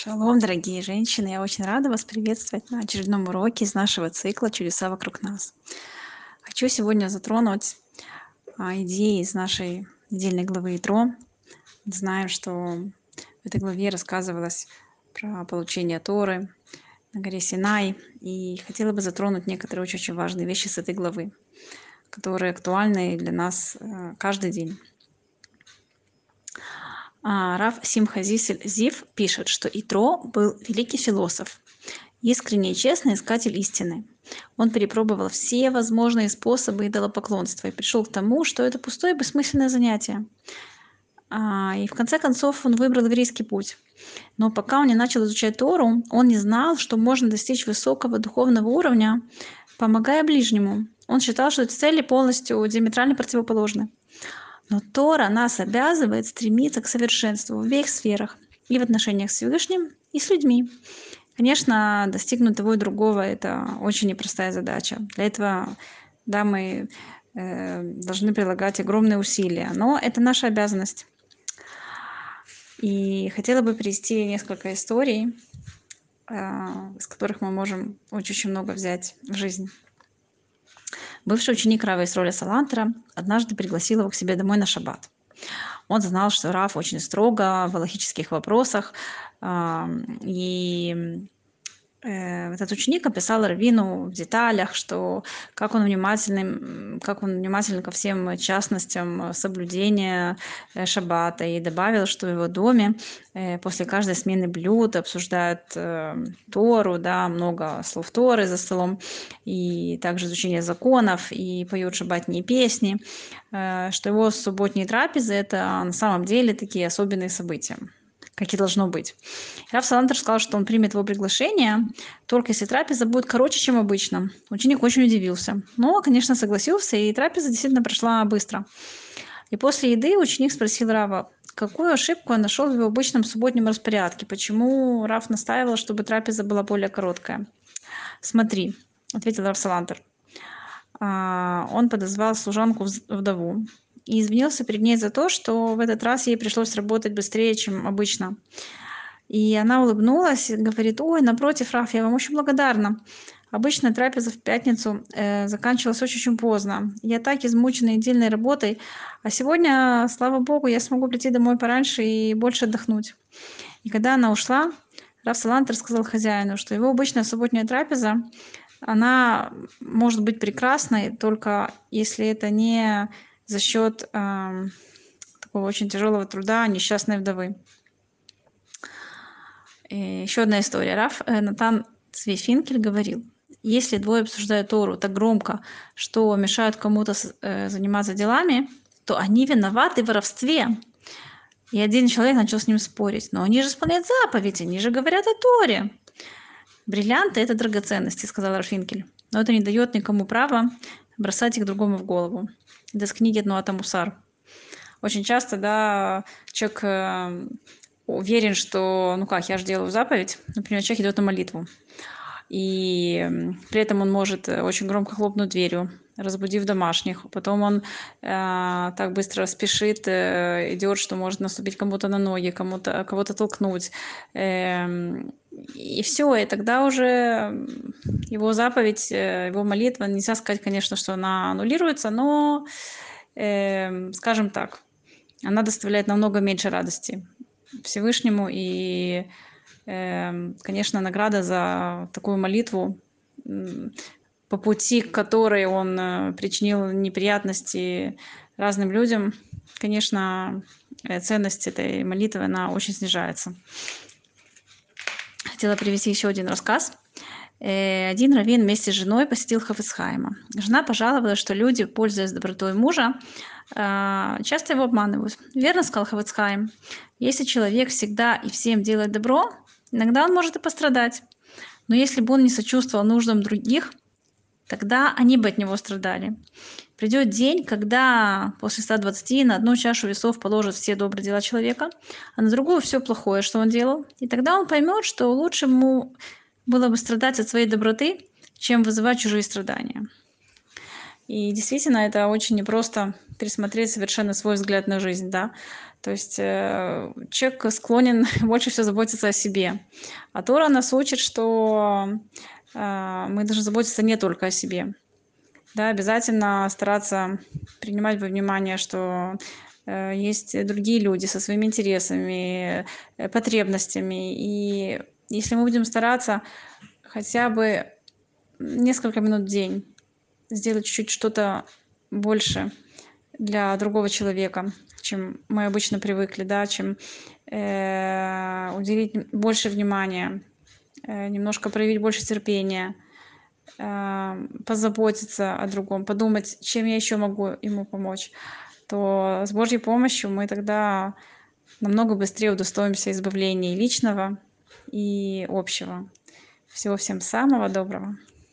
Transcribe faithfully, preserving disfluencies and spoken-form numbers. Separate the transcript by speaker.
Speaker 1: Шалом, дорогие женщины! Я очень рада вас приветствовать на очередном уроке из нашего цикла «Чудеса вокруг нас». Хочу сегодня затронуть а, идеи из нашей недельной главы Итро. Знаем, что в этой главе рассказывалось про получение Торы на горе Синай. И хотела бы затронуть некоторые очень-очень важные вещи с этой главы, которые актуальны для нас э, каждый день. А, Рав Симха Зисель Зив пишет, что Итро был великий философ, искренний и честный искатель истины. Он перепробовал все возможные способы идолопоклонства и пришел к тому, что это пустое и бессмысленное занятие. А, И в конце концов он выбрал еврейский путь. Но пока он не начал изучать Тору, он не знал, что можно достичь высокого духовного уровня, помогая ближнему. Он считал, что эти цели полностью диаметрально противоположны. Но Тора нас обязывает стремиться к совершенству в обеих сферах, и в отношениях с Всевышним, и с людьми. Конечно, достигнуть того и другого – это очень непростая задача. Для этого, да, мы э, должны прилагать огромные усилия, но это наша обязанность. И хотела бы привести несколько историй, э, из которых мы можем очень-очень много взять в жизнь. Бывший ученик Рава Исроля Салантера однажды пригласил его к себе домой на шаббат. Он знал, что Рав очень строго в галахических вопросах, и этот ученик описал раввину в деталях, что как он внимательный, как он внимателен ко всем частностям соблюдения шаббата, и добавил, что в его доме после каждой смены блюд обсуждают Тору, да, много слов Торы за столом, и также изучение законов, и поют шаббатные песни, что его субботние трапезы – это на самом деле такие особенные события, как и должно быть. Рав Салантер сказал, что он примет его приглашение, только если трапеза будет короче, чем обычно. Ученик очень удивился. Но, конечно, согласился, и трапеза действительно прошла быстро. И после еды ученик спросил Рава, какую ошибку он нашел в его обычном субботнем распорядке, почему Рав настаивал, чтобы трапеза была более короткая. «Смотри», — ответил Рав Салантер. Он подозвал служанку-вдову и извинился перед ней за то, что в этот раз ей пришлось работать быстрее, чем обычно. И она улыбнулась и говорит: ой, напротив, Раф, я вам очень благодарна. Обычно трапеза в пятницу э, заканчивалась очень-очень поздно. Я так измучена недельной работой, а сегодня, слава богу, я смогу прийти домой пораньше и больше отдохнуть. И когда она ушла, Рав Салантер сказал хозяину, что его обычная субботняя трапеза, она может быть прекрасной, только если это не за счет э, такого очень тяжелого труда несчастной вдовы. И еще одна история. Рав Натан Цви Финкель говорил: если двое обсуждают Тору так громко, что мешают кому-то э, заниматься делами, то они виноваты в воровстве. И один человек начал с ним спорить. Но они же исполняют заповеди, они же говорят о Торе. Бриллианты – это драгоценности, сказал Рав Финкель. Но это не дает никому права бросать их другому в голову. Это с книги Тнуат ха-Мусар. Очень часто, да, человек э, уверен, что, ну как, я же делаю заповедь. Например, человек идет на молитву. И при этом он может очень громко хлопнуть дверью, разбудив домашних. Потом он э, так быстро спешит, э, идет, что может наступить кому-то на ноги, кому-то, кого-то толкнуть. Э, и все, и тогда уже его заповедь, его молитва, нельзя сказать, конечно, что она аннулируется, но, э, скажем так, она доставляет намного меньше радости Всевышнему. И, э, конечно, награда за такую молитву, по пути к которой он причинил неприятности разным людям, конечно, ценность этой молитвы, она очень снижается. Хотела привести еще один рассказ. Один раввин вместе с женой посетил Хафец Хаима. Жена пожаловалась, что люди, пользуясь добротой мужа, часто его обманывают. Верно сказал Хафец Хаим: если человек всегда и всем делает добро, иногда он может и пострадать. Но если бы он не сочувствовал нуждам других, тогда они бы от него страдали. Придет день, когда после ста двадцати на одну чашу весов положат все добрые дела человека, а на другую все плохое, что он делал. И тогда он поймет, что лучше ему было бы страдать от своей доброты, чем вызывать чужие страдания. И действительно, это очень непросто пересмотреть совершенно свой взгляд на жизнь, да. То есть э, человек склонен больше всего заботиться о себе. А Тора нас учит, что э, мы должны заботиться не только о себе. Да, обязательно стараться принимать во внимание, что э, есть другие люди со своими интересами, э, потребностями. И если мы будем стараться хотя бы несколько минут в день сделать чуть-чуть что-то больше для другого человека, чем мы обычно привыкли, да, чем э, уделить больше внимания, э, немножко проявить больше терпения, э, позаботиться о другом, подумать, чем я еще могу ему помочь, то с Божьей помощью мы тогда намного быстрее удостоимся избавления и личного, и общего. Всего всем самого доброго.